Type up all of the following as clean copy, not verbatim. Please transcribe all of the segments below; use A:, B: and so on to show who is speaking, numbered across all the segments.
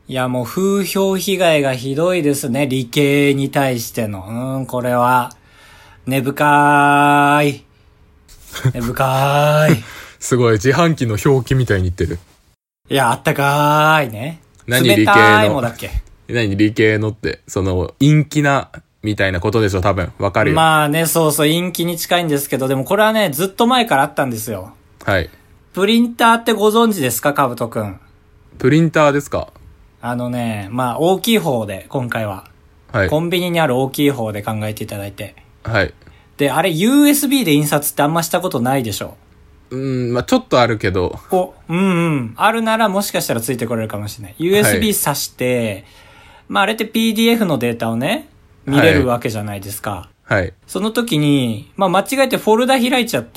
A: いやもう風評被害がひどいですね。理系に対しての。これは、根深い。根深い。
B: すごい、自販機の表記みたいに言ってる。
A: いや、あったかーいね。
B: 何理系
A: 冷たいも
B: の
A: だっけ。
B: 何理系のって、その、陰気な、みたいなことでしょ、多分。わかるよ。
A: まあね、そうそう、陰気に近いんですけど、でもこれはね、ずっと前からあったんですよ。
B: はい。
A: プリンターってご存知ですか、かぶとくん。
B: プリンターですか？
A: まあ大きい方で、今回は。
B: はい。
A: コンビニにある大きい方で考えていただいて。
B: はい。
A: で、あれ USB で印刷ってあんましたことないでしょ。
B: まあちょっとあるけど。
A: あるならもしかしたらついてこれるかもしれない。USB 挿して、まああれって PDF のデータをね、見れるわけじゃないですか。
B: はい。
A: その時に、まあ間違えてフォルダ開いちゃって、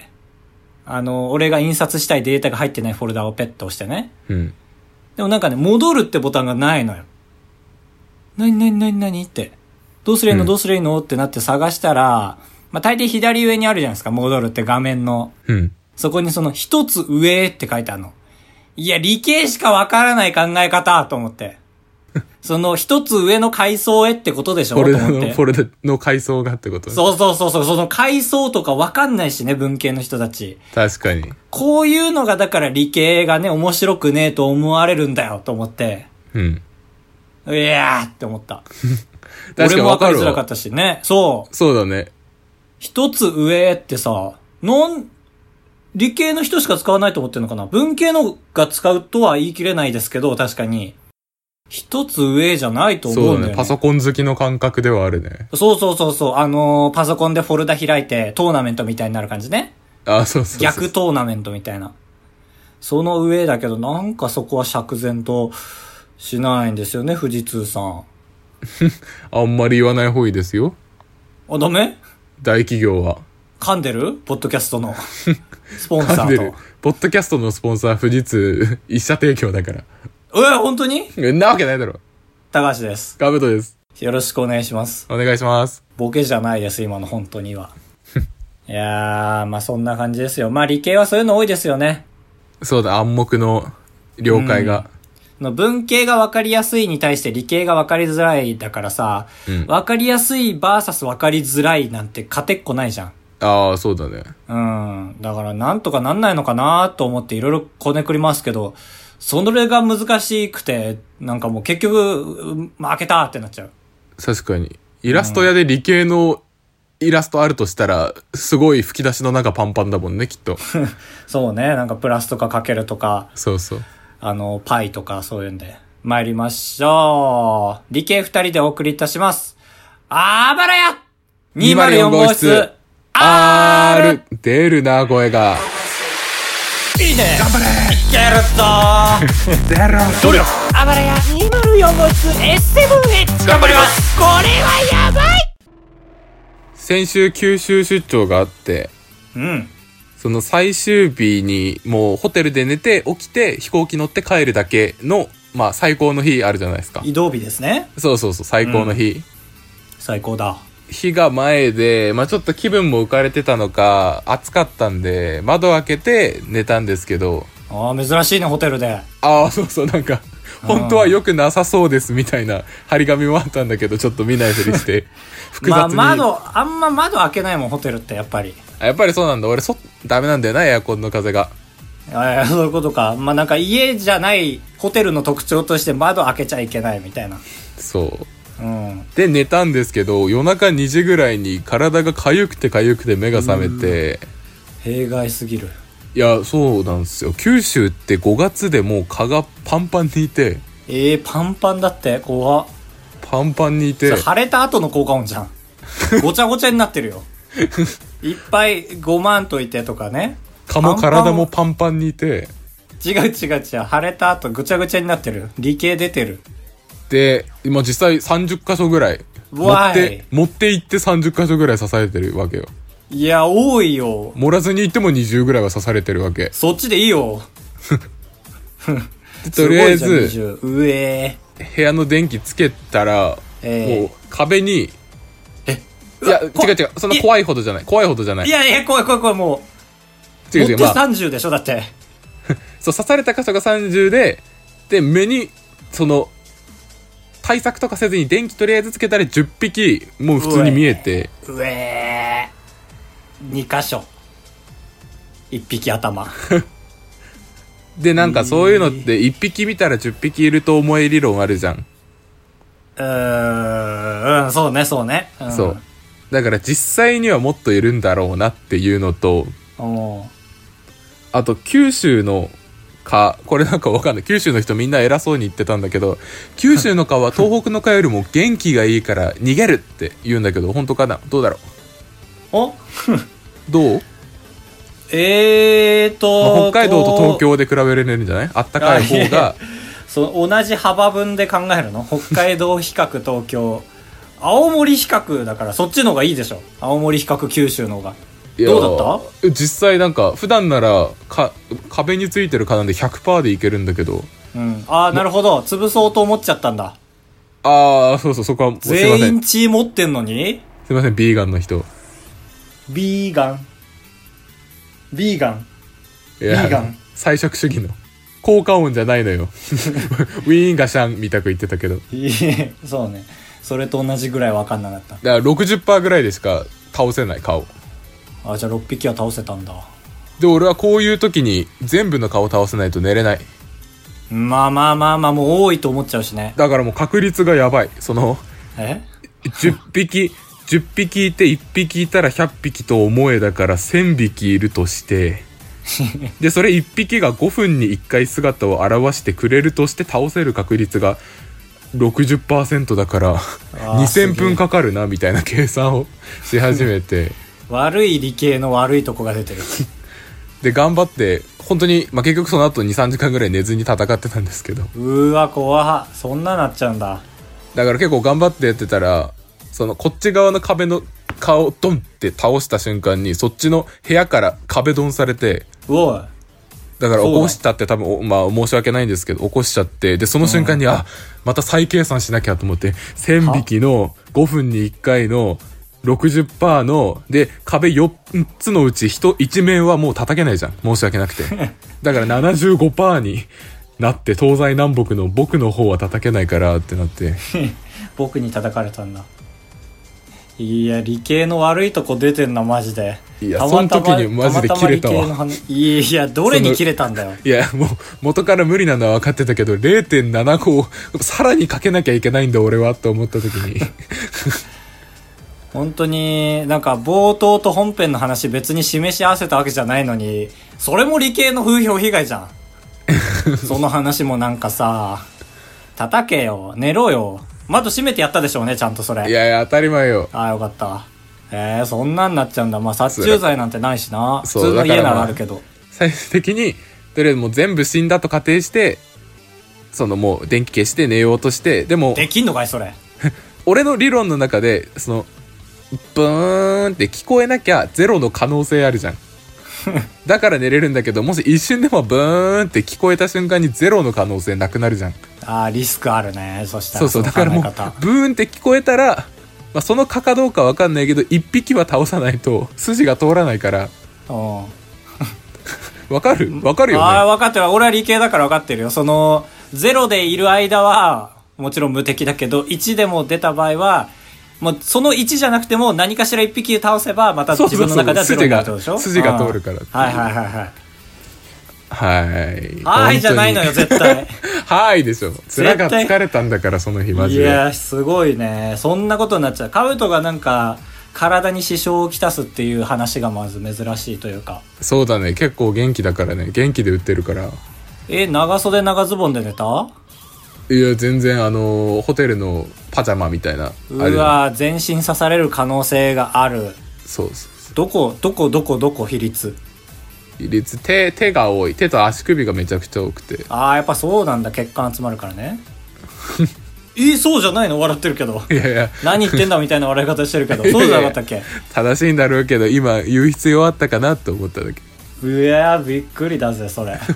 A: 俺が印刷したいデータが入ってないフォルダをペッと押してね。
B: うん。
A: でもなんかね、戻るってボタンがないのよ。なにって。どうすりゃいいの、どうすりゃいいのってなって探したら、まあ、大抵左上にあるじゃないですか、戻るって画面の。
B: うん。
A: そこにその一つ上って書いてあるの。いや、理系しかわからない考え方と思って。その一つ上の階層へってことでしょと思って。
B: フォルダの階層がってこと？
A: そう、その階層とかわかんないしね、文系の人たち。
B: 確かに。
A: こういうのがだから理系がね、面白くねえと思われるんだよと思って。
B: うん。
A: いやーって思った。
B: 確かに
A: 俺も分かりづらかったしね。そう。
B: そうだね。
A: 一つ上ってさ、理系の人しか使わないと思ってんのかな？文系のが使うとは言い切れないですけど、確かに。一つ上じゃないと思うんだよね。
B: そうだね。パソコン好きの感覚ではあるね。
A: そう。パソコンでフォルダ開いてトーナメントみたいになる感じね。
B: そう。
A: 逆トーナメントみたいな。その上だけど、なんかそこは釈然としないんですよね、富士通さん。
B: あんまり言わない方がいいですよ。
A: あ、ダメ？
B: 大企業は。
A: 噛んでる？ポッドキャストのスポンサーと。
B: 噛んでる。ポッドキャストのスポンサー富士通一社提供だから。
A: 本当に？
B: なわけないだろ。
A: 高橋です。
B: ガブトです。
A: よろしくお願いします。
B: お願いします。
A: ボケじゃないです、今の本当には。いやー、まあそんな感じですよ。まあ理系はそういうの多いですよね。
B: そうだ、暗黙の了解が。
A: 文系が分かりやすいに対して理系が分かりづらいだからさ、分かりやすいバーサス分かりづらいなんて勝てっこないじゃん。
B: そうだね。
A: だからなんとかなんないのかなと思っていろいろこねくりますけど、それが難しくて、なんかもう結局、負けたってなっちゃう。
B: 確かに。イラスト屋で理系のイラストあるとしたら、すごい吹き出しの中パンパンだもんね、きっと。
A: そうね、なんかプラスとかかけるとか。
B: そう。
A: パイとかそういうんで。参りましょう。理系二人でお送りいたします。あばらや !204 号室 R!
B: 出るな、声が。
A: いいね、
B: 頑張れ
A: いけるぞ
B: 出ろ
A: 努力あばらや204号室 S7H 頑張ります。これはやばい。
B: 先週九州出張があって、その最終日にもうホテルで寝て起きて飛行機乗って帰るだけの、まあ最高の日あるじゃないですか。
A: 移動日ですね。
B: そう、最高の日。
A: 最高だ。
B: 日が前で、まあちょっと気分も浮かれてたのか、暑かったんで、窓開けて寝たんですけど。
A: 珍しいね、ホテルで。
B: そう、なんか、本当は良くなさそうですみたいな張り紙もあったんだけど、ちょっと見ないふりして、複雑に。
A: まああんま窓開けないもん、ホテルってやっぱり。
B: やっぱりそうなんだ。俺、ダメなんだよな、エアコンの風が。
A: そういうことか。まあなんか家じゃないホテルの特徴として窓開けちゃいけないみたいな。
B: そう。で寝たんですけど、夜中2時ぐらいに体が痒くて目が覚めて。
A: 弊害すぎる。
B: いや、そうなんですよ。九州って5月でもう蚊がパンパンにいて。
A: パンパンだって。怖っ。
B: パンパンにいて。
A: 晴れた後の効果音じゃん。ごちゃごちゃになってるよ。いっぱい5万といてとかね。
B: 蚊も体もパンパンにいて。
A: 違う。晴れた後ぐちゃぐちゃになってる。理系出てる。
B: で、今実際30箇所ぐらい持って行って30箇所ぐらい刺されてるわけよ。
A: いや、多いよ。
B: 盛らずに行っても20ぐらいは刺されてるわけ。
A: そっちでいいよ。
B: とりあえず
A: 部
B: 屋の電気つけたら、もう壁に、いや、違う、そんな怖いほどじゃない。い
A: や、怖い、もう。
B: 違う、
A: もって30でしょ、だって。
B: そう、刺された箇所が30で、目にその対策とかせずに電気とりあえずつけたら10匹もう普通に見えて、
A: 2箇所1匹頭
B: でなんかそういうのって1匹見たら10匹いると思え理論あるじゃん。
A: そうねそうね、
B: そうだから実際にはもっといるんだろうなっていうのと、あと九州の蚊、これなんかわかんない、九州の人みんな偉そうに言ってたんだけど、九州の蚊は東北の蚊よりも元気がいいから逃げるって言うんだけど、本当かな、どうだろう。どう？北海道と東京で比べられるんじゃない？あったかい方が
A: そう同じ幅分で考えるの？北海道比較東京青森比較だからそっちの方がいいでしょ。青森比較九州の方がどうだった？
B: 実際なんか普段なら壁についてる蚊なんで 100% でいけるんだけど、
A: なるほど、潰そうと思っちゃったんだ。
B: そうそこは
A: 全員血持ってんのに
B: すいません、ビーガンの人。
A: ビーガン
B: 菜食主義の効果音じゃないのよウィーンガシャンみたく言ってたけど、
A: そうね、それと同じぐらい分かんなかった。
B: だから 60% ぐらいでしか倒せない顔。
A: じゃあ6匹は倒せたんだ。
B: で俺はこういう時に全部の顔倒せないと寝れない。
A: まあもう多いと思っちゃうしね。
B: だからもう確率がやばい。その10匹いて1匹いたら100匹と思えだから1000匹いるとしてでそれ1匹が5分に1回姿を現してくれるとして倒せる確率が 60% だから2000分かかるなみたいな計算をし始めて
A: 悪い理系の悪いとこが出てる
B: で頑張って本当に、結局その後 2,3 時間ぐらい寝ずに戦ってたんですけど、
A: 怖っ、そんななっちゃうんだ。
B: だから結構頑張ってやってたら、そのこっち側の壁の顔をドンって倒した瞬間にそっちの部屋から壁ドンされて、だから起こしたって多分申し訳ないんですけど起こしちゃって、でその瞬間にまた再計算しなきゃと思って1000匹の5分に1回の 60% ので壁4つのうち1面はもう叩けないじゃん、申し訳なくてだから 75% になって東西南北の僕の方は叩けないからってなって
A: 僕に叩かれたんだ。いや理系の悪いとこ出てんなマジで。
B: いやその時にマジで切れたわ。
A: いやどれに切れたんだよ。
B: いやもう元から無理なのは分かってたけど 0.75 さらにかけなきゃいけないんだ俺はと思った時に
A: 本当になんか冒頭と本編の話別に示し合わせたわけじゃないのに、それも理系の風評被害じゃんその話もなんかさ、叩けよ、寝ろよ、窓閉めてやったでしょうねちゃんとそれ。
B: いや当たり前よ。
A: よかった。そんなんなっちゃうんだ。殺虫剤なんてないしな、普通の家ならあるけど。
B: 最終的にとりあえずもう全部死んだと仮定して、そのもう電気消して寝ようとして、でも
A: できんのかいそれ
B: 俺の理論の中でそのブーンって聞こえなきゃゼロの可能性あるじゃんだから寝れるんだけど、もし一瞬でもブーンって聞こえた瞬間にゼロの可能性なくなるじゃん。
A: リスクあるね。そしたら
B: そうだからもうブーンって聞こえたら、その蚊かどうか分かんないけど1匹は倒さないと筋が通らないから分かるよね。
A: 分かってる。俺は理系だから分かってるよ。そのゼロでいる間はもちろん無敵だけど、1でも出た場合はもうその1じゃなくても何かしら1匹倒せばまた自分の中ではゼロになるってことでしょ。
B: 筋が通るから。
A: はいじゃないのよ絶対
B: はいでしょ。面が疲れたんだからその日マジで。
A: いやすごいね、そんなことになっちゃう。カブトがなんか体に支障をきたすっていう話がまず珍しいというか。
B: そうだね、結構元気だからね。元気で売ってるから。
A: 長袖長ズボンで寝た？
B: いや全然ホテルのパジャマみたいな。
A: 全身刺される可能性がある。
B: そう
A: どこ比率
B: 手が多い。手と足首がめちゃくちゃ多くて。
A: やっぱそうなんだ、血管集まるからねそうじゃないの？笑ってるけど。
B: いや
A: 何言ってんだみたいな笑い方してるけどそうじゃなかったっけ？
B: 正しいんだろうけど今言う必要あったかなと思っただけ。
A: びっくりだぜそれ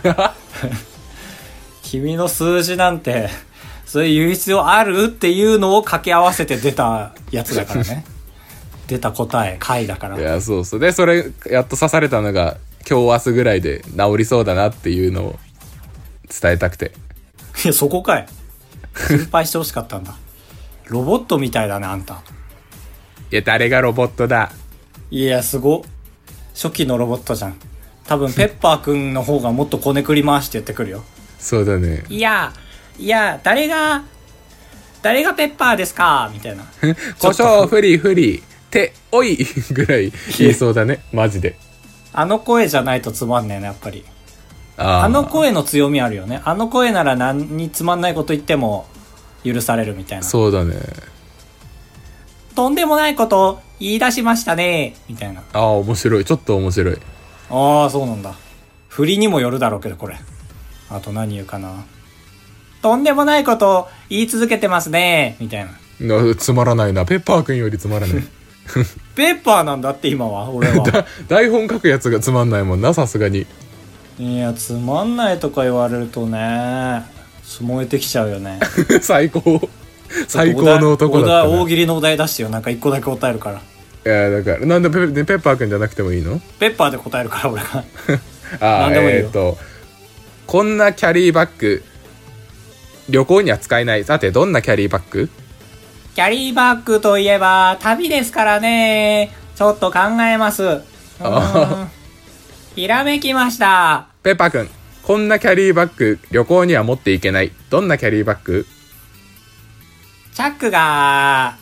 A: 君の数字なんてそれ言う必要あるっていうのを掛け合わせて出たやつだからね出た答え回だから。
B: いやそうでそれやっと刺されたのが今日明日ぐらいで治りそうだなっていうのを伝えたくて。
A: いやそこかい心配してほしかったんだ。ロボットみたいだね、あんた。
B: いや、誰がロボットだ。
A: いや、すご。初期のロボットじゃん。多分、ペッパーくんの方がもっとこねくり回して言ってくるよ。
B: そうだね。
A: いや、誰がペッパーですかみたいな。
B: 胡椒フリっておいぐらい言いそうだね。マジで。
A: あの声じゃないとつまんねえな、やっぱり。あの声の強みあるよね。あの声なら何につまんないこと言っても許されるみたいな。
B: そうだね。
A: とんでもないこと言い出しましたねみたいな。
B: 面白い。ちょっと面白い。
A: そうなんだ。振りにもよるだろうけど、これ。あと何言うかな。とんでもないこと言い続けてますねみたいな。
B: つまらないな。ペッパーくんよりつまらない。
A: ペッパーなんだって今は、俺は。
B: 台本書くやつがつまんないもんな、さすがに。
A: いや、つまんないとか言われるとね、燃えてきちゃうよね。
B: 最高の男だった、ね。
A: 大喜利のお題出してよ。なんか一個だけ答えるから。
B: いや、だから、なんでペッパーくんじゃなくてもいいの？
A: ペッパーで答えるから、俺が。
B: なんでもいいよ。こんなキャリーバッグ、旅行には使えない。さて、どんなキャリーバッグ？
A: キャリーバッグといえば、旅ですからね。ちょっと考えます。ひらめきました。
B: ペッパーくん、こんなキャリーバッグ、旅行には持っていけない。どんなキャリーバッグ？
A: チャックが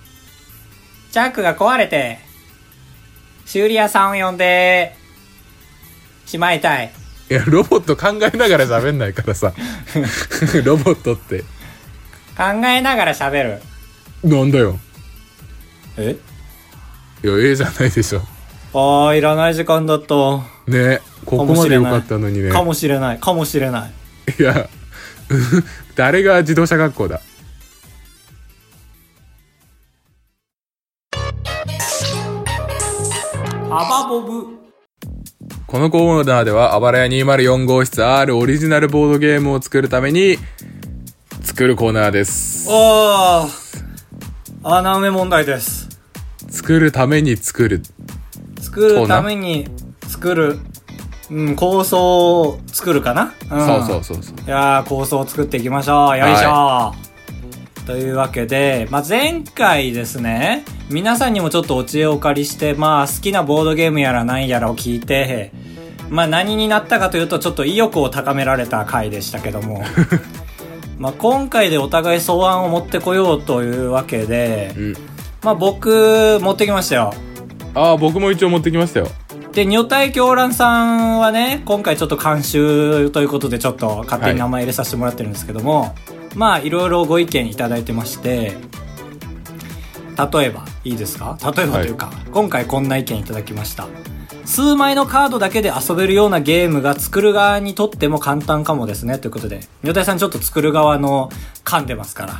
A: 壊れて、修理屋さんを呼んで、しまいたい。
B: いや、ロボット考えながら喋んないからさ。ロボットって。
A: 考えながら喋る。
B: なんだよ。
A: え？
B: いや、じゃないでしょ。
A: いらない時間だった。
B: ね、ここまで良かったのにね。
A: かもしれない。
B: いや、誰が自動車学校だ。
A: アバボブ。
B: このコーナーでは、あばらや204号室 R オリジナルボードゲームを作るために、作るコーナーです。穴埋め問題です。作るために作る構想を作るかな、そう。
A: いやー、構想を作っていきましょう。よいしょ、というわけで、前回ですね、皆さんにもちょっとお知恵をお借りして、好きなボードゲームやら何やらを聞いて、何になったかというと、ちょっと意欲を高められた回でしたけども。今回でお互い草案を持ってこようというわけで、僕、持ってきましたよ。
B: 僕も一応持ってきましたよ。
A: で、女体狂乱さんはね、今回ちょっと監修ということでちょっと勝手に名前入れさせてもらってるんですけども、いろいろご意見いただいてまして、例えば、いいですか？例えばというか、今回こんな意見いただきました。数枚のカードだけで遊べるようなゲームが作る側にとっても簡単かもですね、ということで、女体さんちょっと作る側の噛んでますから、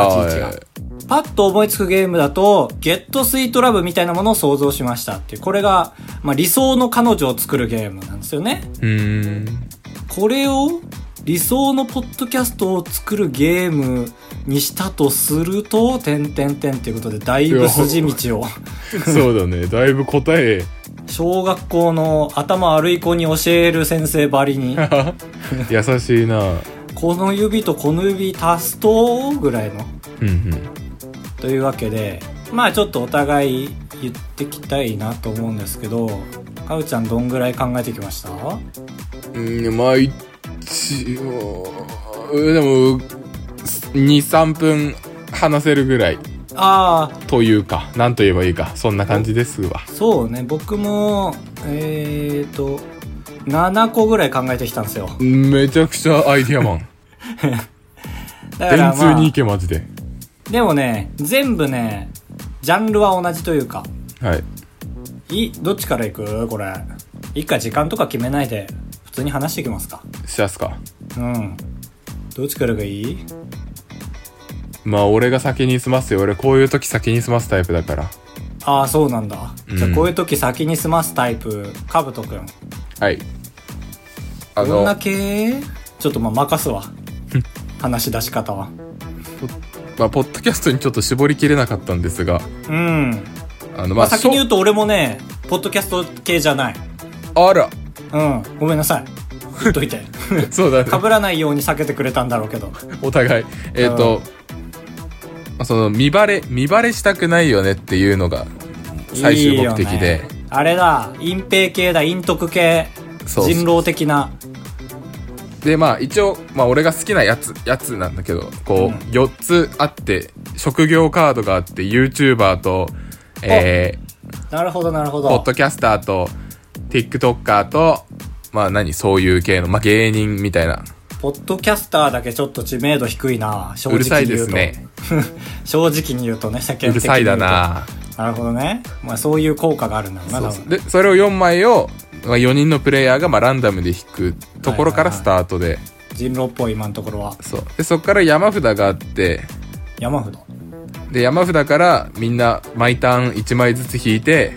A: 立ち位置が。パッと思いつくゲームだと、ゲットスイートラブみたいなものを想像しましたっていう、これが、理想の彼女を作るゲームなんですよね。これを、理想のポッドキャストを作るゲームにしたとすると、っていうことで、だいぶ筋道を。
B: そうだね、だいぶ答え。
A: 小学校の頭悪い子に教える先生ばりに。
B: 優しいな。
A: この指とこの指足すと、ぐらいの。というわけで、ちょっとお互い言ってきたいなと思うんですけど、かうちゃんどんぐらい考えてきました？
B: 一応、でも、2、3分話せるぐらい。というか、なんと言えばいいか、そんな感じですわ。
A: そうね、僕も、7個ぐらい考えてきたんですよ。
B: めちゃくちゃアイディアマン。
A: だから
B: 電通に行け、マジで。
A: でもね、全部ね、ジャンルは同じというか。どっちから行く？これ。一回時間とか決めないで、普通に話していきますか。
B: しますか。
A: どっちからがいい？
B: 俺が先に済ますよ。俺こういう時先に済ますタイプだから。
A: そうなんだ。じゃあこういう時先に済ますタイプ、かぶとくん。
B: はい。
A: どんだけ？ちょっと任すわ。話し出し方は。
B: ポッドキャストにちょっと絞りきれなかったんですが。
A: 先に言うと俺もね、ポッドキャスト系じゃない。
B: あら。
A: ごめんなさい。言っといて。
B: そうだね。
A: 被らないように避けてくれたんだろうけど。
B: お互い。その、見バレしたくないよねっていうのが、最終目的で。
A: いいあれだ、隠蔽系だ、陰徳系。人狼的な。
B: で、まあ一応、まあ俺が好きなやつなんだけど、こう、4つあって、職業カードがあって、YouTuber と、
A: なるほどなるほど。
B: ポッドキャスターと、TikToker と、まあそういう系の、まあ芸人みたいな。
A: ポッドキャスターだけちょっと知名度低いな、正直に言うと。
B: うるさいですね。
A: 正直に言うとね、世間的に言うと。
B: うるさいだな。
A: なるほどね。まあそういう効果があるんだろうな。
B: そうで、それを4枚を、まあ、4人のプレイヤーがまあランダムで引くところからスタートで。はいはいはい、
A: 人狼っぽい今のところは。
B: そう。で、そっから山札があって、
A: 山札
B: で、山札からみんな毎ターン1枚ずつ引いて、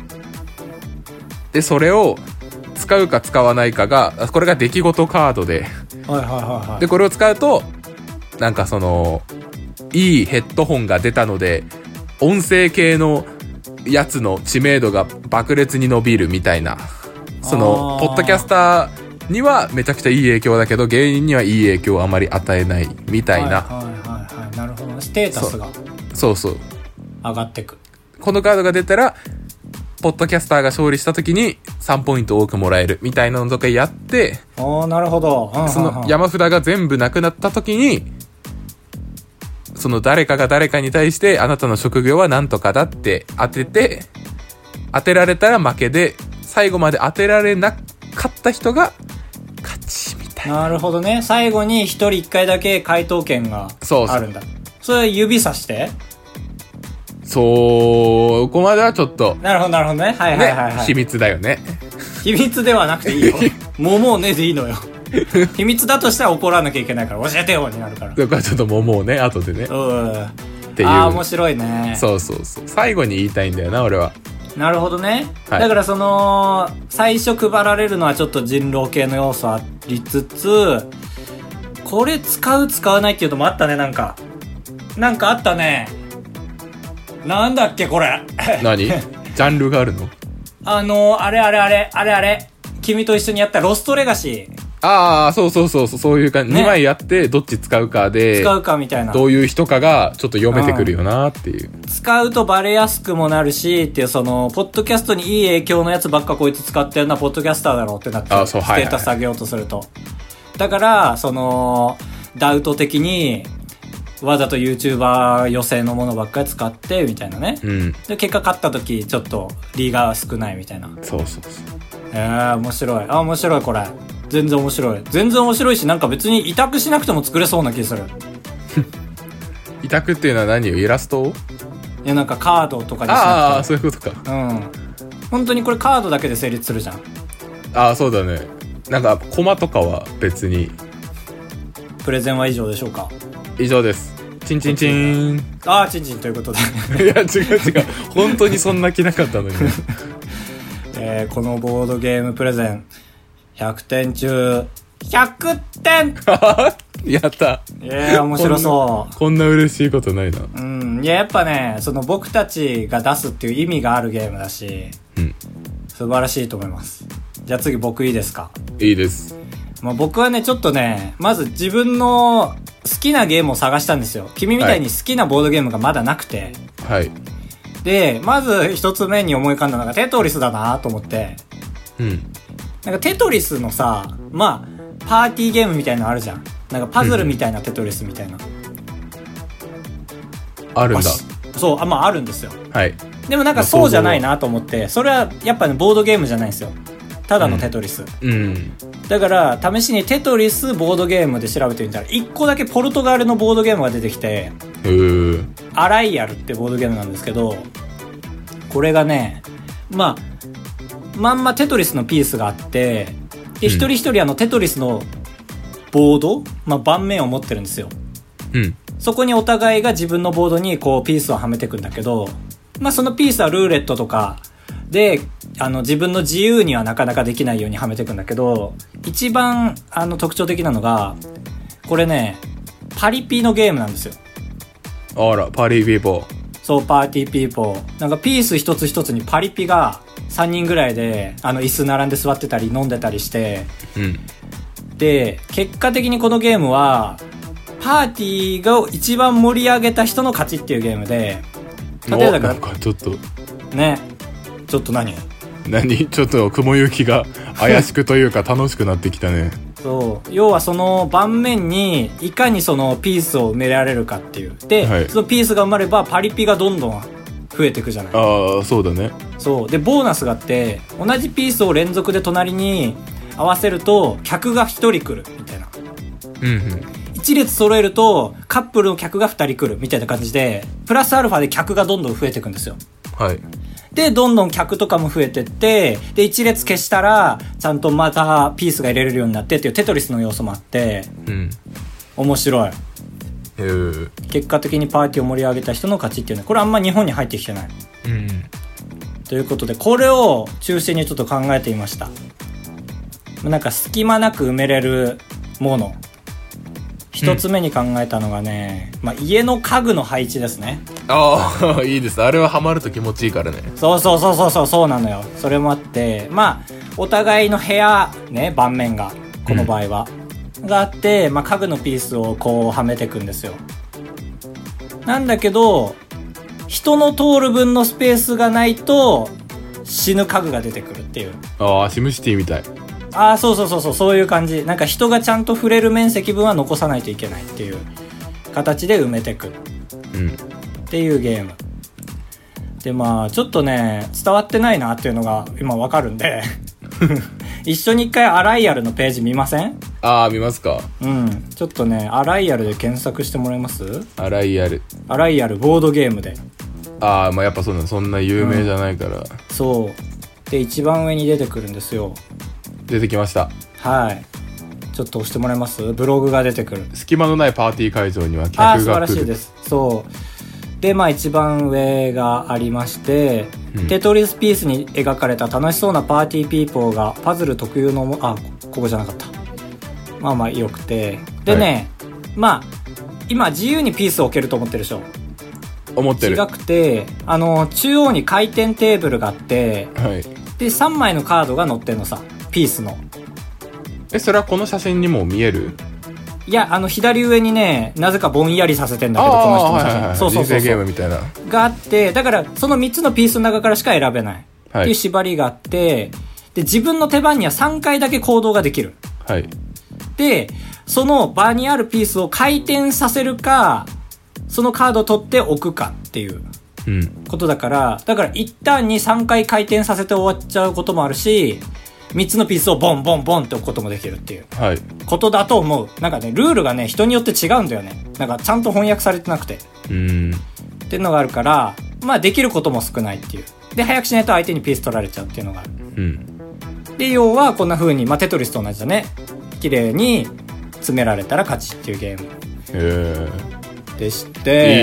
B: で、それを使うか使わないかが、これが出来事カードで、
A: はいはいはいはい。
B: で、これを使うと、なんかその、いいヘッドホンが出たので、音声系のやつの知名度が爆裂に伸びるみたいな。その、ポッドキャスターにはめちゃくちゃいい影響だけど、芸人にはいい影響をあまり与えないみたいな。
A: はいはいはいはい。なるほど。ステータスが。
B: そうそう。
A: 上がってく。
B: このカードが出たら、ポッドキャスターが勝利した時に3ポイント多くもらえるみたいなのとかやって、
A: なるほど。
B: その山札が全部なくなった時に、その誰かが誰かに対してあなたの職業は何とかだって当てて、当てられたら負けで、最後まで当てられなかった人が勝ちみたいな。
A: なるほどね。最後に一人一回だけ回答権があるんだ。それ指さして
B: そこまではちょっと。
A: なるほどなるほどね。はいはいはい、はい、
B: 秘密だよね。
A: 秘密ではなくていいよ。もうねでいいのよ。秘密だとしたら怒らなきゃいけないから教えてよになるから。
B: だからちょっともうね、後でね。
A: っていう。面白いね。
B: そうそうそう。最後に言いたいんだよな、俺は。
A: なるほどね。はい、だからその、最初配られるのはちょっと人狼系の要素ありつつ、これ使わないっていうのもあったね、なんかあったね。なんだっけ、これ。
B: 何？ジャンルがあるの？
A: あれ。君と一緒にやったロストレガシー。
B: ああ、そういう感じ。2枚やって、どっち使うかで、
A: 使うかみたいな。
B: どういう人かが、ちょっと読めてくるよなっていう。
A: 使うとバレやすくもなるし、っていう、その、ポッドキャストにいい影響のやつばっかこいつ使ってるのは、ポッドキャスターだろうってなって、ステータス上げようとすると。だから、その、ダウト的に、わざと YouTuber 予選のものばっかり使って、みたいなね。
B: うん。
A: で、結果勝った時、ちょっと、リーが少ないみたいな。
B: そう。
A: 面白い。面白い、これ。全然面白いし、なんか別に委託しなくても作れそうな気する。
B: 委託っていうのは何よ？イラストを？
A: いや、なんかカードとかにしなくて。
B: ああ、そういうことか。
A: うん。本当にこれカードだけで成立するじゃん。
B: ああ、そうだね。なんか、コマとかは別に。
A: プレゼンは以上でしょうか？
B: 以上です。チンチンチン。
A: ああ、チンチンということで。
B: いや、違う。本当にそんな気なかったのに。
A: このボードゲームプレゼン、100点中、100点
B: やった。
A: 面白そう。
B: こんな嬉しいことないな。
A: うん。いや、やっぱね、その僕たちが出すっていう意味があるゲームだし、
B: うん。
A: 素晴らしいと思います。じゃあ次僕いいですか？
B: いいです。
A: まあ、僕はね、ちょっとね、まず自分の好きなゲームを探したんですよ。君みたいに好きなボードゲームがまだなくて。
B: はい。
A: で、まず一つ目に思い浮かんだのがテトリスだなと思って。
B: うん。
A: なんかテトリスのさ、まあ、パーティーゲームみたいなのあるじゃん。なんかパズルみたいなテトリスみたいな。
B: あるんだ。
A: そう、まああるんですよ。
B: はい。
A: でもなんかそうじゃないなと思って、それはやっぱね、ボードゲームじゃないんですよ。ただのテトリス。
B: うん。
A: だから、試しにテトリスボードゲームで調べてみたら、1個だけポルトガルのボードゲームが出てきて、アライアルってボードゲームなんですけど、これがね、まんまテトリスのピースがあって、で、一人一人テトリスのボード、盤面を持ってるんですよ。
B: うん。
A: そこにお互いが自分のボードにこうピースをはめていくんだけど、そのピースはルーレットとかで、自分の自由にはなかなかできないようにはめていくんだけど、一番特徴的なのが、これね、パリピのゲームなんですよ。
B: あら、パリピーポー。
A: そう、パーティーピーポー。なんかピース一つ一つにパリピが3人ぐらいで、椅子並んで座ってたり飲んでたりして、
B: うん。
A: で、結果的にこのゲームは、パーティーが一番盛り上げた人の勝ちっていうゲームで、
B: 例えばなんかちょっと
A: ね、ちょっと何
B: ちょっと雲行きが怪しくというか楽しくなってきたね。
A: そう。要はその盤面にいかにそのピースを埋められるかっていう。で、はい、そのピースが埋まればパリピがどんどん増えていくじゃない。
B: ああ、そうだね。
A: そう。で、ボーナスがあって、同じピースを連続で隣に合わせると、客が1人来る、みたいな。
B: うんうん。
A: 一列揃えると、カップルの客が2人来る、みたいな感じで、プラスアルファで客がどんどん増えていくんですよ。
B: はい。
A: で、どんどん客とかも増えてって、で、一列消したら、ちゃんとまたピースが入れれるようになってっていうテトリスの要素もあって、
B: うん。
A: 面白い。結果的にパーティーを盛り上げた人の勝ちっていうのは、これあんま日本に入ってきてない。
B: うん。
A: ということで、これを中心にちょっと考えてみました。なんか隙間なく埋めれるもの。一つ目に考えたのがね、まあ、家の家具の配置ですね。
B: ああ、いいです。あれはハマると気持ちいいからね。
A: そうなのよ。それもあって、まあ、お互いの部屋、ね、盤面が、この場合は、があって、まあ、家具のピースをこうはめていくんですよ。なんだけど、人の通る分のスペースがないと、死ぬ家具が出てくるっていう。
B: ああ、シムシティみたい。
A: ああ、そういう感じ。なんか人がちゃんと触れる面積分は残さないといけないっていう形で埋めてくる。
B: うん。
A: っていうゲーム。で、まあ、ちょっとね、伝わってないなっていうのが今わかるんで、一緒に一回アライアルのページ見ません？
B: ああ、見ますか。
A: うん。ちょっとね、アライアルで検索してもらえます？
B: アライアル
A: ボードゲームで。
B: ああ、まあやっぱそんな有名じゃないから、うん。
A: そう。で、一番上に出てくるんですよ。
B: 出てきました。
A: はい。ちょっと押してもらえます？ブログが出てくる。
B: 隙間のないパーティー会場には客が来る。
A: 素晴らしいです。そう。で、まあ一番上がありまして、うん、テトリスピースに描かれた楽しそうなパーティーピーポーがパズル特有のここじゃなかった。まあ良くて。でね、はい、まあ、今自由にピースを置けると思ってるでしょ。
B: 思ってる。
A: 違くて、中央に回転テーブルがあって、
B: はい。
A: で、3枚のカードが載ってんのさ。ピースの。
B: それはこの写真にも見える？
A: いや、左上にね、なぜかぼんやりさせてんだけど、この人の写真。そう。
B: 人生ゲームみたいな。
A: があって、だから、その3つのピースの中からしか選べない。はい。っていう縛りがあって、で、自分の手番には3回だけ行動ができる。
B: はい。
A: で、その場にあるピースを回転させるか、そのカードを取って置くかっていう。ことだから、一旦に3回回転させて終わっちゃうこともあるし、3つのピースをボンボンボンって置くこともできるっていうことだと思う。なんかね、ルールがね、人によって違うんだよね。なんかちゃんと翻訳されてなくて。っていうのがあるから、まあできることも少ないっていう。で、早くしないと相手にピース取られちゃうっていうのがある。で、要はこんな風に、まあテトリスと同じだね。綺麗に詰められたら勝ちっていうゲーム。でして。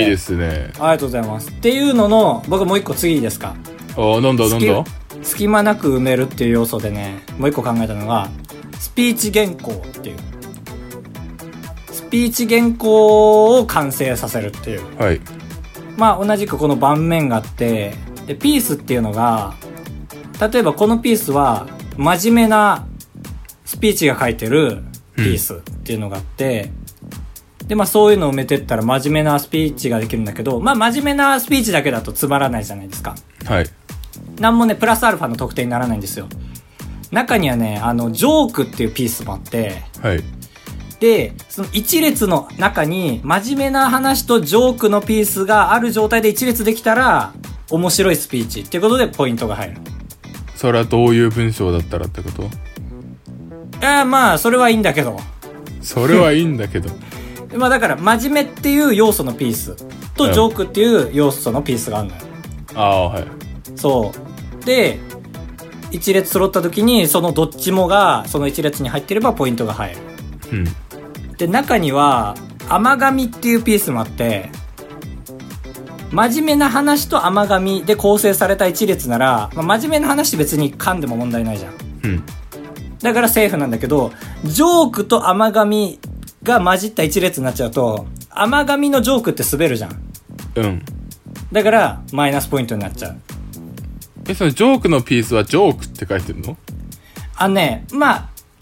B: いいですね。
A: ありがとうございます。っていうのの、僕もう一個次いいですか？
B: なんだ
A: 隙間なく埋めるっていう要素でね、もう一個考えたのが、スピーチ原稿っていう。スピーチ原稿を完成させるっていう。
B: はい。
A: まあ同じくこの盤面があって、で、ピースっていうのが、例えばこのピースは、真面目なスピーチが書いてるピースっていうのがあって、で、まあそういうのを埋めてったら真面目なスピーチができるんだけど、まあ真面目なスピーチだけだとつまらないじゃないですか。
B: はい。
A: なんもね、プラスアルファの得点にならないんですよ。中にはね、ジョークっていうピースもあって、
B: はい。
A: で、その一列の中に真面目な話とジョークのピースがある状態で一列できたら、面白いスピーチっていうことでポイントが入る。
B: それはどういう文章だったらってこと？
A: まあ、それはいいんだけど。
B: それはいいんだけど。
A: まあだから、真面目っていう要素のピースとジョークっていう要素のピースがあるのよ。
B: はい。
A: そう。で、一列揃った時に、そのどっちもが、その一列に入ってればポイントが入る。で、中には、甘噛みっていうピースもあって、真面目な話と甘噛みで構成された一列なら、まあ、真面目な話って別に噛んでも問題ないじゃん。だからセーフなんだけど、ジョークと甘噛みが混じった一列になっちゃうと、甘噛みのジョークって滑るじゃん。だから、マイナスポイントになっちゃう。
B: そのジョークのピースはジョークって書いてるの？
A: まあ、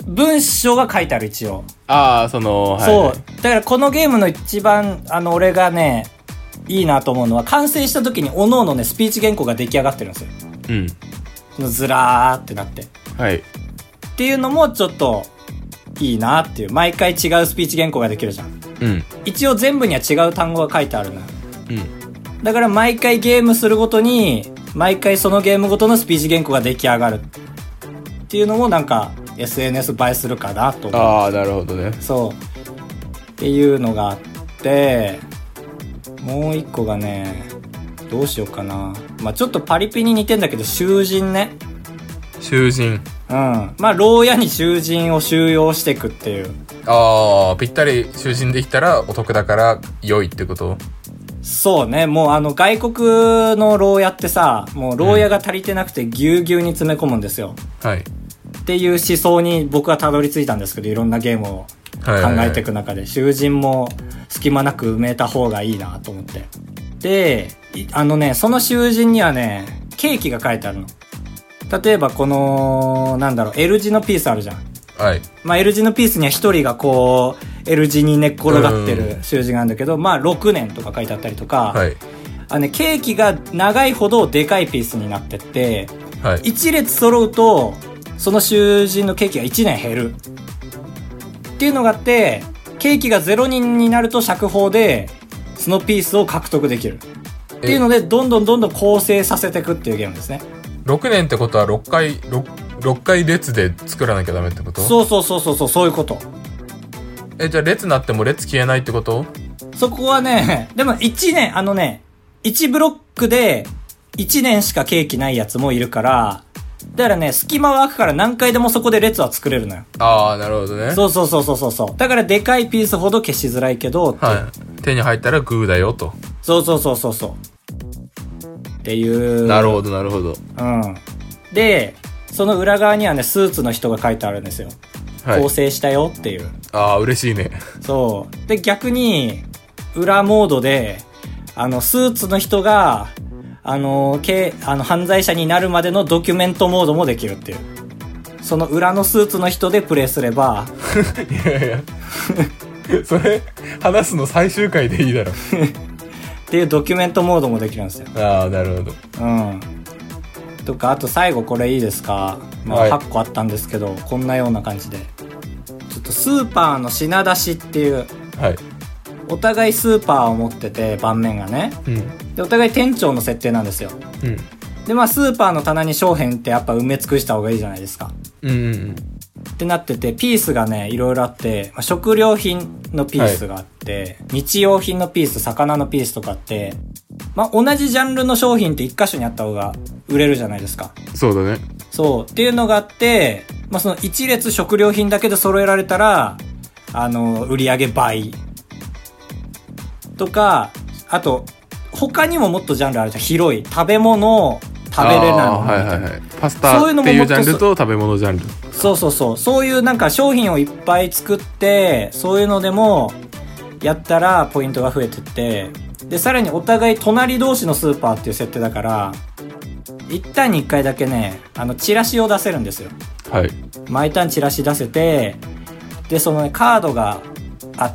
A: 文章が書いてある一応。
B: はい、
A: そう。だからこのゲームの一番、俺がね、いいなと思うのは、完成した時に各々ね、スピーチ原稿が出来上がってるんですよ。うん。ずらーってなって。
B: はい。
A: っていうのもちょっと、いいなっていう。毎回違うスピーチ原稿ができるじゃん。
B: うん。
A: 一応全部には違う単語が書いてあるな。
B: うん。
A: だから毎回ゲームするごとに、毎回そのゲームごとのスピーチ原稿が出来上がる。っていうのもなんか、SNS 映えするかなと思う。
B: ああ、なるほどね。
A: そう。っていうのがあって、もう一個がね、どうしようかな。まあちょっとパリピに似てんだけど、囚人ね。
B: 囚人。
A: うん。まあ牢屋に囚人を収容していくっていう。
B: ああ、ぴったり囚人できたらお得だから良いってこと？
A: そうね。もう外国の牢屋ってさ、もう牢屋が足りてなくてぎゅうぎゅうに詰め込むんですよ。
B: はい。
A: っていう思想に僕はたどり着いたんですけど、いろんなゲームを考えていく中で、囚人も隙間なく埋めた方がいいなと思って。で、その囚人にはね、ケーキが書いてあるの。例えばこの、L 字のピースあるじゃん。
B: はい。
A: まあ L 字のピースには一人がこう、L 字に寝っ転がってる囚人があるんだけど、まあ6年とか書いてあったりとか、
B: はい。
A: ケーキが長いほどでかいピースになってって、
B: はい。
A: 一列揃うと、その囚人のケーキが1年減る。っていうのがあって、ケーキが0人になると釈放で、そのピースを獲得できる。っていうので、どんどん構成させていくっていうゲームですね。
B: 6年ってことは6回列で作らなきゃダメってこと？
A: そう、そういうこと。
B: じゃあ列なっても列消えないってこと？
A: そこはね、でも1年、1ブロックで1年しかケーキないやつもいるから、だからね、隙間は空くから何回でもそこで列は作れるのよ。
B: ああ、なるほどね。
A: そう。だからでかいピースほど消しづらいけど、
B: はい。手に入ったらグーだよと。
A: そう。っていう。
B: なるほど。
A: うん。で、その裏側にはね、スーツの人が書いてあるんですよ。はい。構成したよっていう。
B: ああ、嬉しいね。
A: そう。で、逆に、裏モードで、スーツの人が、犯罪者になるまでのドキュメントモードもできるっていう。その裏のスーツの人でプレイすれば。
B: いや。それ、話すの最終回でいいだろ。
A: っていうドキュメントモードもできるんですよ。
B: ああ、なるほど。
A: うん。とか、あと最後これいいですか？まあ、8個あったんですけど、こんなような感じで。ちょっとスーパーの品出しっていう。
B: はい。
A: お互いスーパーを持ってて、盤面がね。
B: うん。
A: で、お互い店長の設定なんですよ。
B: うん。
A: で、まあ、スーパーの棚に商品ってやっぱ埋め尽くした方がいいじゃないですか。ってなってて、ピースがね、いろいろあって、まあ、食料品のピースがあって、はい、日用品のピース、魚のピースとかあって、まあ、同じジャンルの商品って一箇所にあった方が売れるじゃないですか。
B: そうだね。
A: そう。っていうのがあって、まあ、その一列食料品だけで揃えられたら、売り上げ倍。とか、あと、他にももっとジャンルあるじゃん。広い。食べ物、食べれないものみたいな。
B: はい。パスタっていうジャンルと食べ物ジャンル。
A: そう。そういうなんか商品をいっぱい作って、そういうのでも、やったらポイントが増えてって、で、さらにお互い隣同士のスーパーっていう設定だから、一旦に一回だけね、チラシを出せるんですよ。
B: はい。
A: 毎ターンチラシ出せて、で、そのね、カードがあって、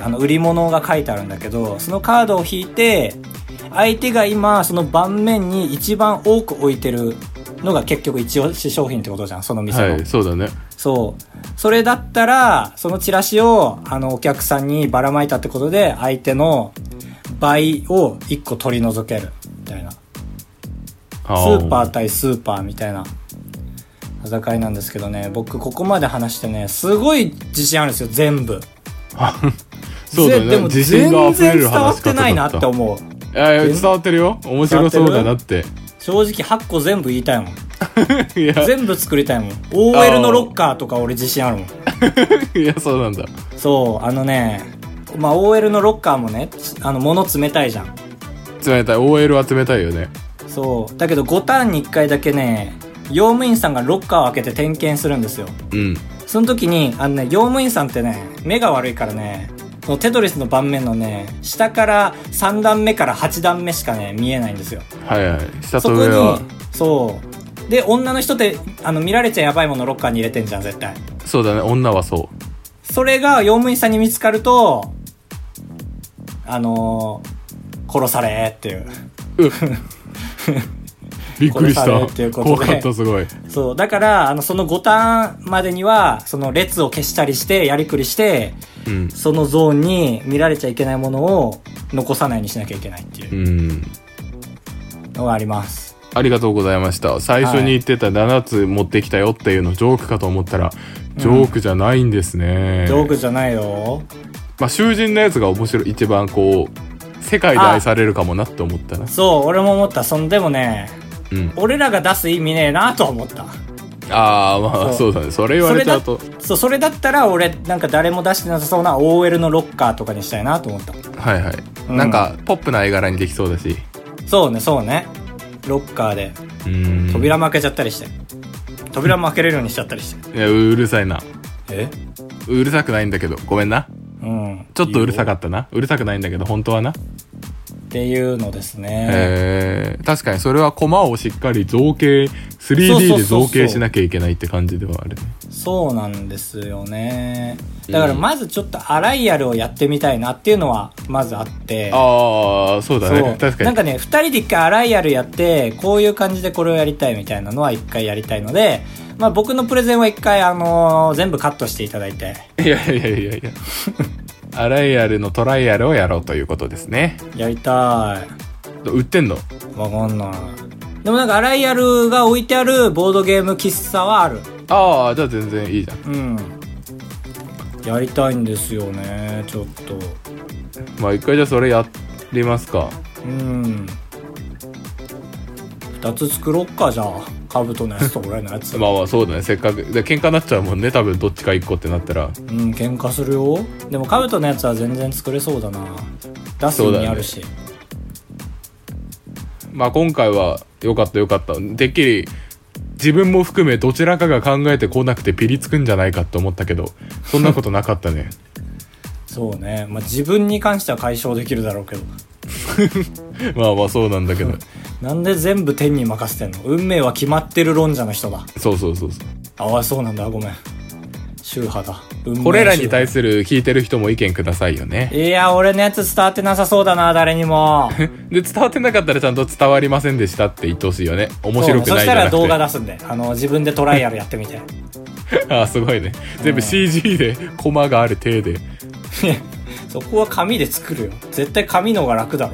A: 売り物が書いてあるんだけど、そのカードを引いて、相手が今、その盤面に一番多く置いてるのが結局一押し商品ってことじゃん、その店の。
B: はい、そうだね。
A: そう。それだったら、そのチラシを、お客さんにばらまいたってことで、相手の倍を1個取り除ける、みたいな。スーパー対スーパーみたいな戦いなんですけどね、僕ここまで話してね、すごい自信あるんですよ、全部。
B: そうだね。
A: でも全然伝わってないなって思う。
B: いや伝わってるよ。面白そうだなって。
A: 正直8個全部言いたいもん。いや全部作りたいもん。OL のロッカーとか俺自信あるもん。
B: いや、そうなんだ。
A: そう、まあ OL のロッカーもね、物冷たいじゃん。
B: 冷たい。OL は冷たいよね。
A: そう。だけど5ターンに1回だけね、用務員さんがロッカーを開けて点検するんですよ。
B: うん。
A: その時に、用務員さんってね、目が悪いからね、そのテトリスの盤面のね、下から3段目から8段目しかね、見えないんですよ。
B: はいはい。下と上は。
A: そこに、そう。で、女の人って、見られちゃやばいものロッカーに入れてんじゃん、絶対。
B: そうだね、女はそう。
A: それが用務員さんに見つかると、殺されっていう。
B: びっくりした。怖かった、すごい。
A: そう。だから、その5ターンまでには、その列を消したりして、やりくりして、うん、そのゾーンに見られちゃいけないものを残さないようにしなきゃいけないっていうのがあります。
B: ありがとうございました。最初に言ってた7つ持ってきたよっていうのジョークかと思ったら、ジョークじゃないんですね。
A: ジョークじゃないよ。
B: まあ、囚人のやつが面白い。一番こう、世界で愛されるかもなって思ったな。
A: そう、俺も思った。でもね、うん、俺らが出す意味ねえなと思った。
B: ああ、まあそうだね。それ言われちゃうと。
A: それだったら俺なんか誰も出してなさそうな OL のロッカーとかにしたいなと思った。
B: はいはい。うん、なんかポップな絵柄にできそうだし。
A: そうね。ロッカーで扉も開けちゃったりして。扉も開けれるようにしちゃったりして。
B: いや、うるさいな。うるさくないんだけど、ごめんな。うん。ちょっとうるさかったな。うるさくないんだけど、本当はな。
A: っていうのですね。
B: 確かにそれはコマをしっかり造形 3D で造形しなきゃいけないって感じではあるね。
A: そうなんですよね。だからまずちょっとアライアルをやってみたいなっていうのはまずあって。
B: ああ、そうだね。確かに。
A: なんかね、2人で一回アライアルやってこういう感じでこれをやりたいみたいなのは一回やりたいので、まあ僕のプレゼンは一回全部カットしていただいて。
B: いやアライアルのトライアルをやろうということですね。
A: やりた
B: い。売ってんの？
A: わかんない。でもなんかアライアルが置いてあるボードゲーム喫茶はある。
B: ああ、じゃあ全然いいじゃん。
A: うん。やりたいんですよね、ちょっと。
B: まあ一回じゃあそれやりますか。
A: うん。2つ作ろっか、じゃあ。カブトのやつと俺のやつ。
B: まあそうだね。せっかくで喧嘩になっちゃうもんね。多分どっちか1個ってなったら。
A: うん、喧嘩するよ。でもカブトのやつは全然作れそうだな。出す意味あるし。
B: まあ今回はよかった。てっきり自分も含めどちらかが考えてこなくてピリつくんじゃないかって思ったけど、そんなことなかったね。
A: そうね。まあ自分に関しては解消できるだろうけど。
B: まあそうなんだけど。
A: なんで全部天に任せてんの？運命は決まってる論者の人だ。
B: そう。
A: ああ、そうなんだ。ごめん。宗派だ。
B: これらに対する聞いてる人も意見くださいよね。
A: いや、俺のやつ伝わってなさそうだな、誰にも。
B: で、伝わってなかったらちゃんと伝わりませんでしたって言ってほしいよね。面白くないじゃなくて。
A: そしたら動画出すんで。自分でトライアルやってみて。
B: ああ、すごいね。全部 CG でコマがある体で。
A: そこは紙で作るよ。絶対紙の方が楽だろ。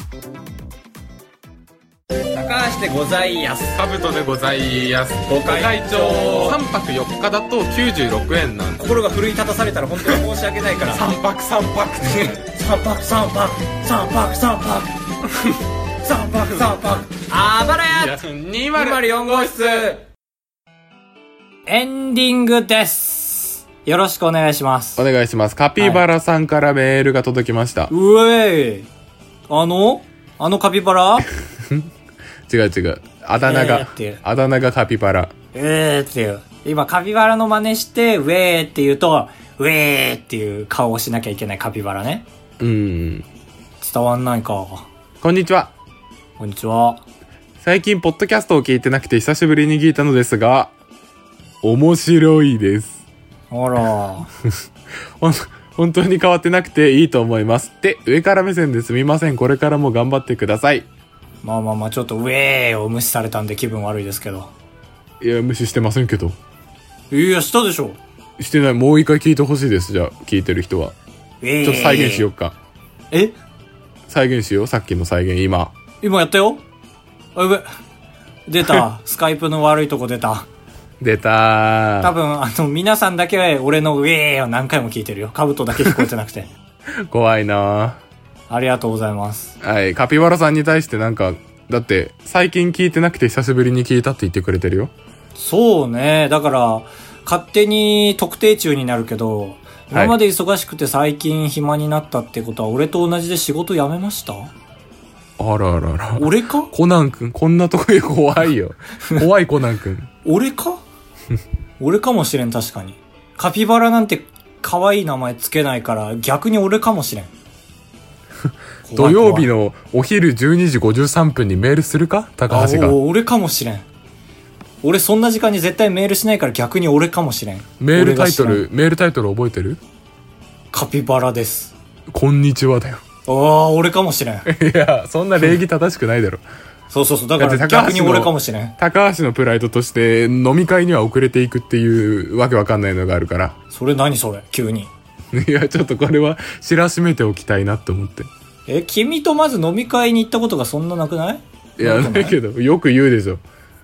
A: 高橋でございやす。
B: カブトでございやす。ご会長。3泊4日だと96円なんで。
A: 心が奮い立たされたら本当に申し訳ないから。
B: 3泊3泊
A: あばらや204号室。エンディングです。よろしくお願いします。
B: お願いします。カピバラさんからメールが届きました。
A: うえい。あのカピバラ
B: 違う。あだ名がカピバラ。
A: っていう。今カピバラの真似して、ウェーって言うと、ウェーっていう顔をしなきゃいけないカピバラね。伝わんないか。
B: こんにちは。
A: こんにちは。
B: 最近ポッドキャストを聞いてなくて久しぶりに聞いたのですが、面白いです。
A: あら。
B: 本当に変わってなくていいと思います。って上から目線ですみません。これからも頑張ってください。
A: まあちょっとウェーを無視されたんで気分悪いですけど。
B: いや無視してませんけど。
A: いやしたでしょ。
B: してない。もう一回聞いてほしいです。じゃあ聞いてる人はちょっと再現しよっか。再現しよう。さっきの再現今
A: やったよ。出た。スカイプの悪いとこ出た。多分皆さんだけ俺のウェーを何回も聞いてるよ。カブトだけ聞こえてなくて。
B: 怖いな。
A: ありがとうございます。
B: はい。カピバラさんに対してなんか、だって最近聞いてなくて久しぶりに聞いたって言ってくれてるよ。
A: そうね。だから勝手に特定中になるけど、今まで忙しくて最近暇になったってことは俺と同じで仕事辞めました？
B: あら。
A: 俺か？
B: コナン君、こんなとこで怖いよ。怖いコナン君。
A: 俺か？俺かもしれん。確かにカピバラなんて可愛い名前つけないから逆に俺かもしれん。
B: 土曜日のお昼12時53分にメールするか高橋が。
A: 俺かもしれん。 俺そんな時間に絶対メールしないから逆に俺かもしれん。
B: メールタイトル覚えてる？
A: カピバラです。
B: こんにちはだよ。
A: ああ、俺かもしれん。
B: いや、そんな礼儀正しくないだろ。
A: そうそうそう、だから逆に俺かもしれん。
B: 高橋のプライドとして飲み会には遅れていくっていうわけわかんないのがあるから。
A: それ何それ急に。
B: いや、ちょっとこれは知らしめておきたいなと思って。
A: 君とまず飲み会に行ったことがそんななくない？
B: いや、ないけど、よく言うでしょ。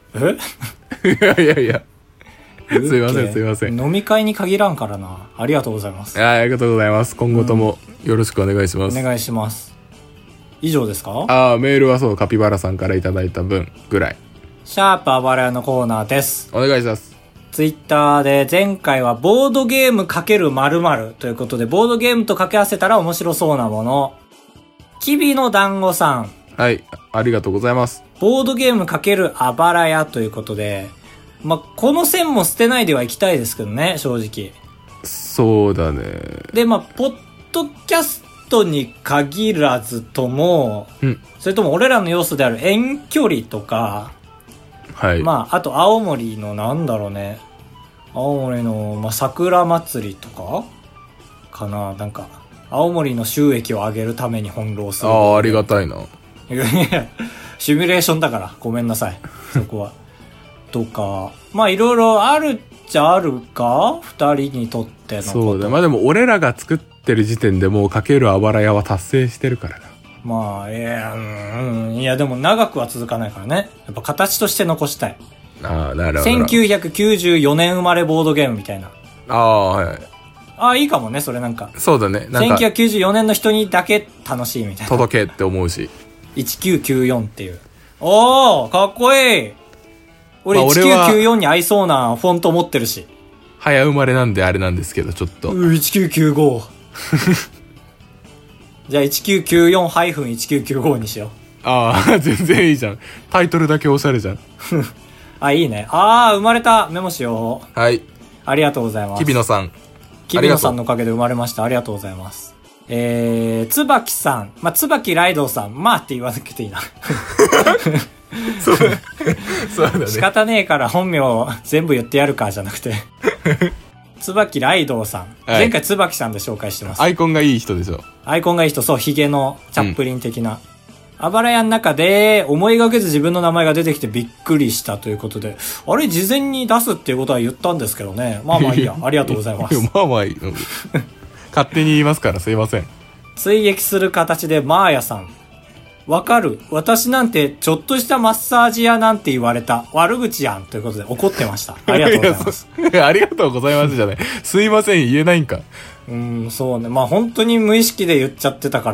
B: いや。すいません。
A: 飲み会に限らんからな。ありがとうございます。
B: ありがとうございます。今後ともよろしくお願いします。
A: お願いします。以上ですか？
B: メールはそう、カピバラさんからいただいた分ぐらい。
A: シャープあばらやのコーナーです。
B: お願いします。
A: ツイッターで前回はボードゲーム×〇〇ということで、ボードゲームと掛け合わせたら面白そうなもの。きびの団子さん。
B: はい、ありがとうございます。
A: ボードゲーム×あばらやということで、この線も捨てないではいきたいですけどね、正直。
B: そうだね。
A: で、ポッドキャストに限らずとも、それとも俺らの要素である遠距離とか、
B: はい。
A: あと青森のなんだろうね。青森の、桜祭りとかかな。なんか、青森の収益を上げるために翻弄する。
B: ありがたいな。
A: いや、シミュレーションだから、ごめんなさい。そこは。とか、いろいろあるっちゃあるか？二人にとってのこと。
B: そうだ。でも俺らが作ってる時点でもうかけるあばら屋は達成してるからな。
A: いやでも長くは続かないからね。やっぱ形として残したい。
B: なるほど。
A: 1994年生まれボードゲームみたいな。
B: はい。
A: いいかもね、それなんか。
B: そうだね。なんか
A: 1994年の人にだけ楽しいみたいな。
B: 届けって思うし。
A: 1994っていう。おー、かっこいい。俺1994に合いそうなフォント持ってるし。
B: 早生まれなんであれなんですけど、ちょっと。
A: 1995。じゃあ 1994-1995 にしよ
B: う。全然いいじゃん。タイトルだけおしゃれじゃん。
A: いいね。生まれた。メモしよ
B: う。はい。
A: ありがとうございます。
B: きびのさん。
A: きびのさんのおかげで生まれました。ありがとうございます。つばきさん。つばきライドウさん。って言わなくていいな。
B: そうだね。
A: 仕方ねえから本名全部言ってやるかじゃなくて。つばきライドウさん。前回つばきさんで紹介してます。
B: アイコンがいい人でしょ。
A: アイコンがいい人、そう、ヒゲのチャップリン的な。あばら屋の中で思いがけず自分の名前が出てきてびっくりしたということで、あれ事前に出すっていうことは言ったんですけどね。いいや。ありがとうございます。
B: いい。勝手に言いますからすいません。
A: 追撃する形でマーヤさん。わかる。私なんてちょっとしたマッサージ屋なんて言われた。悪口やん。ということで怒ってました。ありがとうございます。
B: ありがとうございますじゃない。すいません言えないんか。
A: そうね。本当に無意識で言っちゃってたから、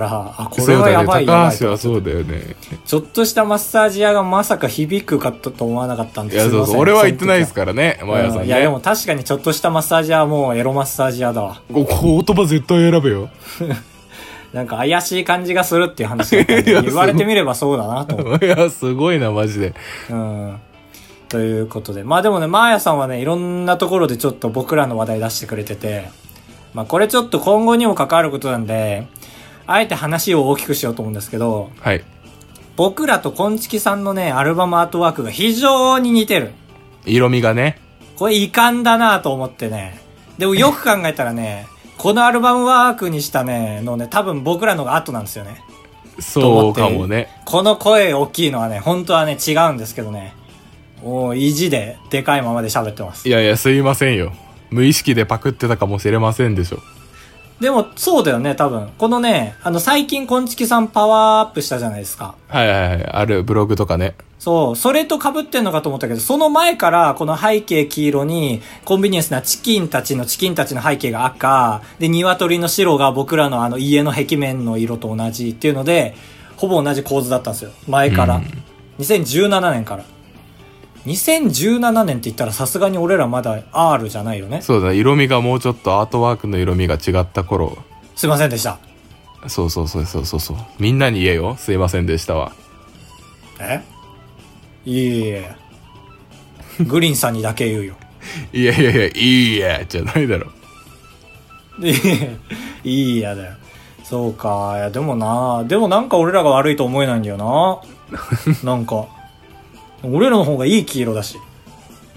A: これはやばいやばい。
B: 高橋はそうだよね。
A: ちょっとしたマッサージ屋がまさか響くかと思わなかったんです。
B: いや、そう。俺は言ってないですからね、マヤさんね。
A: いや、でも確かにちょっとしたマッサージ屋はもうエロマッサージ屋だわ。
B: 言葉絶対選べよ。
A: なんか怪しい感じがするっていう話だったんで言われてみればそうだなと思って。
B: いや、すごいな、マジで。
A: ということで。でもね、マーヤさんはね、いろんなところでちょっと僕らの話題出してくれてて、これちょっと今後にも関わることなんで、あえて話を大きくしようと思うんですけど、
B: はい。
A: 僕らとこんちきさんのね、アルバムアートワークが非常に似てる。
B: 色味がね。
A: これ遺憾だなと思ってね。でもよく考えたらね、このアルバムワークにしたね、多分僕らのが後なんですよね。
B: そうかもね。
A: この声大きいのはね、本当はね、違うんですけどね。意地で、でかいままで喋ってます。
B: いや、すいませんよ。無意識でパクってたかもしれませんでしょ。
A: でも、そうだよね、多分。このね、最近、こんちきさんパワーアップしたじゃないですか。
B: はい。ある、ブログとかね。
A: そう、それと被ってんのかと思ったけど、その前から、この背景黄色に、コンビニエンスなチキンたちの背景が赤、で、鶏の白が僕らの家の壁面の色と同じっていうので、ほぼ同じ構図だったんですよ。前から。2017年から。2017年って言ったらさすがに俺らまだ R じゃないよね。
B: そうだ、色味がもうちょっとアートワークの色味が違った頃。
A: すいませんでした。
B: そう。みんなに言えよ。すいませんでしたわ。
A: いえ。グリーンさんにだけ言うよ。
B: いや、じゃないだろ。
A: いいやだよ。そうか。いや、でもなんか俺らが悪いと思えないんだよな。なんか。俺らの方がいい黄色だし。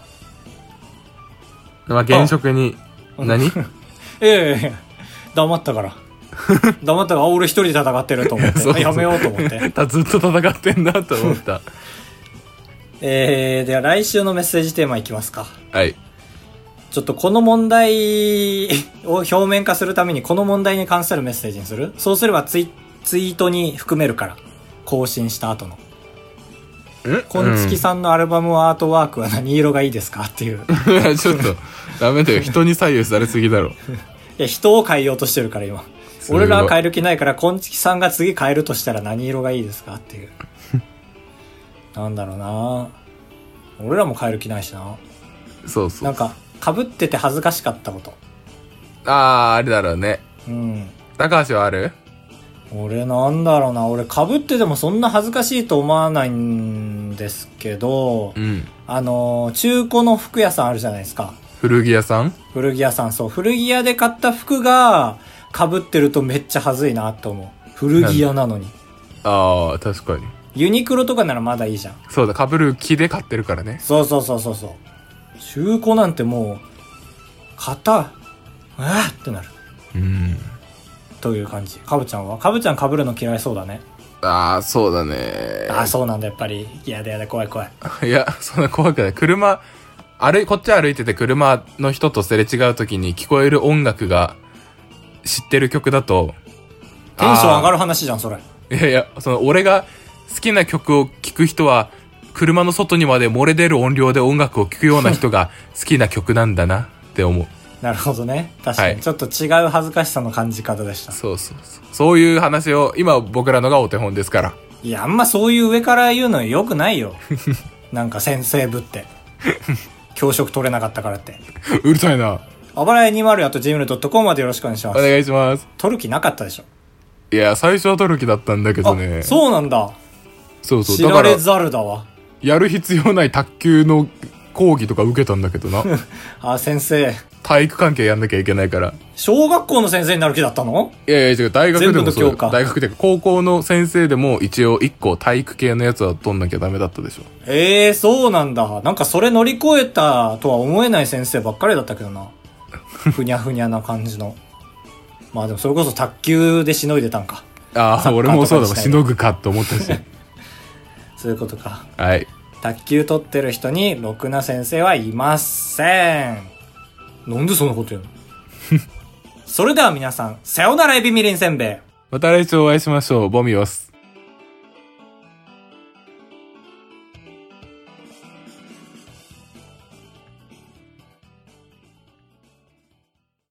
B: まあ、現職に、何
A: いやいや黙ったから。黙ったから、俺一人で戦ってると思って。
B: そうそう
A: やめようと思って。
B: ずっと戦ってんなと思った。
A: では来週のメッセージテーマいきますか。
B: はい。
A: ちょっとこの問題を表面化するためにこの問題に関するメッセージにする？そうすればツイートに含めるから。更新した後の。こんちきさんのアルバムアートワークは何色がいいですかっていう。
B: いや、ちょっと、ダメだよ。人に左右されすぎだろ。
A: いや、人を変えようとしてるから今。俺らは変える気ないから、こんちきさんが次変えるとしたら何色がいいですかっていう。なんだろうな俺らも変える気ないしな。
B: そうそう。
A: なんか、被ってて恥ずかしかったこと。
B: あれだろうね。
A: うん。
B: 高橋はある？
A: 俺なんだろうな。俺被っててもそんな恥ずかしいと思わないんですけど、
B: うん。
A: 中古の服屋さんあるじゃないですか。
B: 古着屋さん？
A: 古着屋さん、そう。古着屋で買った服が被ってるとめっちゃ恥ずいなって思う。古着屋なのに。
B: ああ、確かに。
A: ユニクロとかならまだいいじゃん。
B: そうだ、被る気で買ってるからね。
A: そう。中古なんてもう、ってなる。という感じ。かぶちゃんは？かぶちゃん被るの嫌いそうだね。
B: ああ、そうだね。
A: そうなんだ、やっぱり。やだ、怖い。
B: いや、そんな怖くない。こっち歩いてて車の人とすれ違う時に聞こえる音楽が知ってる曲だと、
A: テンション上がる話じゃん、それ。
B: いや、俺が好きな曲を聴く人は、車の外にまで漏れ出る音量で音楽を聴くような人が好きな曲なんだなって思う。
A: なるほどね。確かに、はい。ちょっと違う恥ずかしさの感じ方でした。
B: そういう話を、今僕らのがお手本ですから。
A: いや、あんまそういう上から言うのよくないよ。なんか先生ぶって。教職取れなかったからって。
B: うるさいな。
A: あばらや 204@gmail.com までよろしくお願いします。
B: お願いします。
A: 取る気なかったでしょ。
B: いや、最初は取る気だったんだけどね。
A: そうなんだ。
B: そう。
A: 知られざるだわ。
B: やる必要ない卓球の講義とか受けたんだけどな。
A: 先生。
B: 体育関係やんなきゃいけないから。
A: 小学校の先生になる気だったの？
B: いや、違う、大学でもそう。
A: 大
B: 学で高校の先生でも一応1個体育系のやつは取んなきゃダメだったでしょ。
A: そうなんだ。なんかそれ乗り越えたとは思えない先生ばっかりだったけどな。ふにゃふにゃな感じの。まあでもそれこそ卓球でしのいでたんか。
B: 俺もそうだわ。しのぐかと思ったし。
A: そういうことか。
B: はい。
A: 卓球取ってる人にろくな先生はいません。なんでそんなこと言うの？それでは皆さん、さよならエビみりんせんべい。
B: また来週お会いしましょう。ボミオス。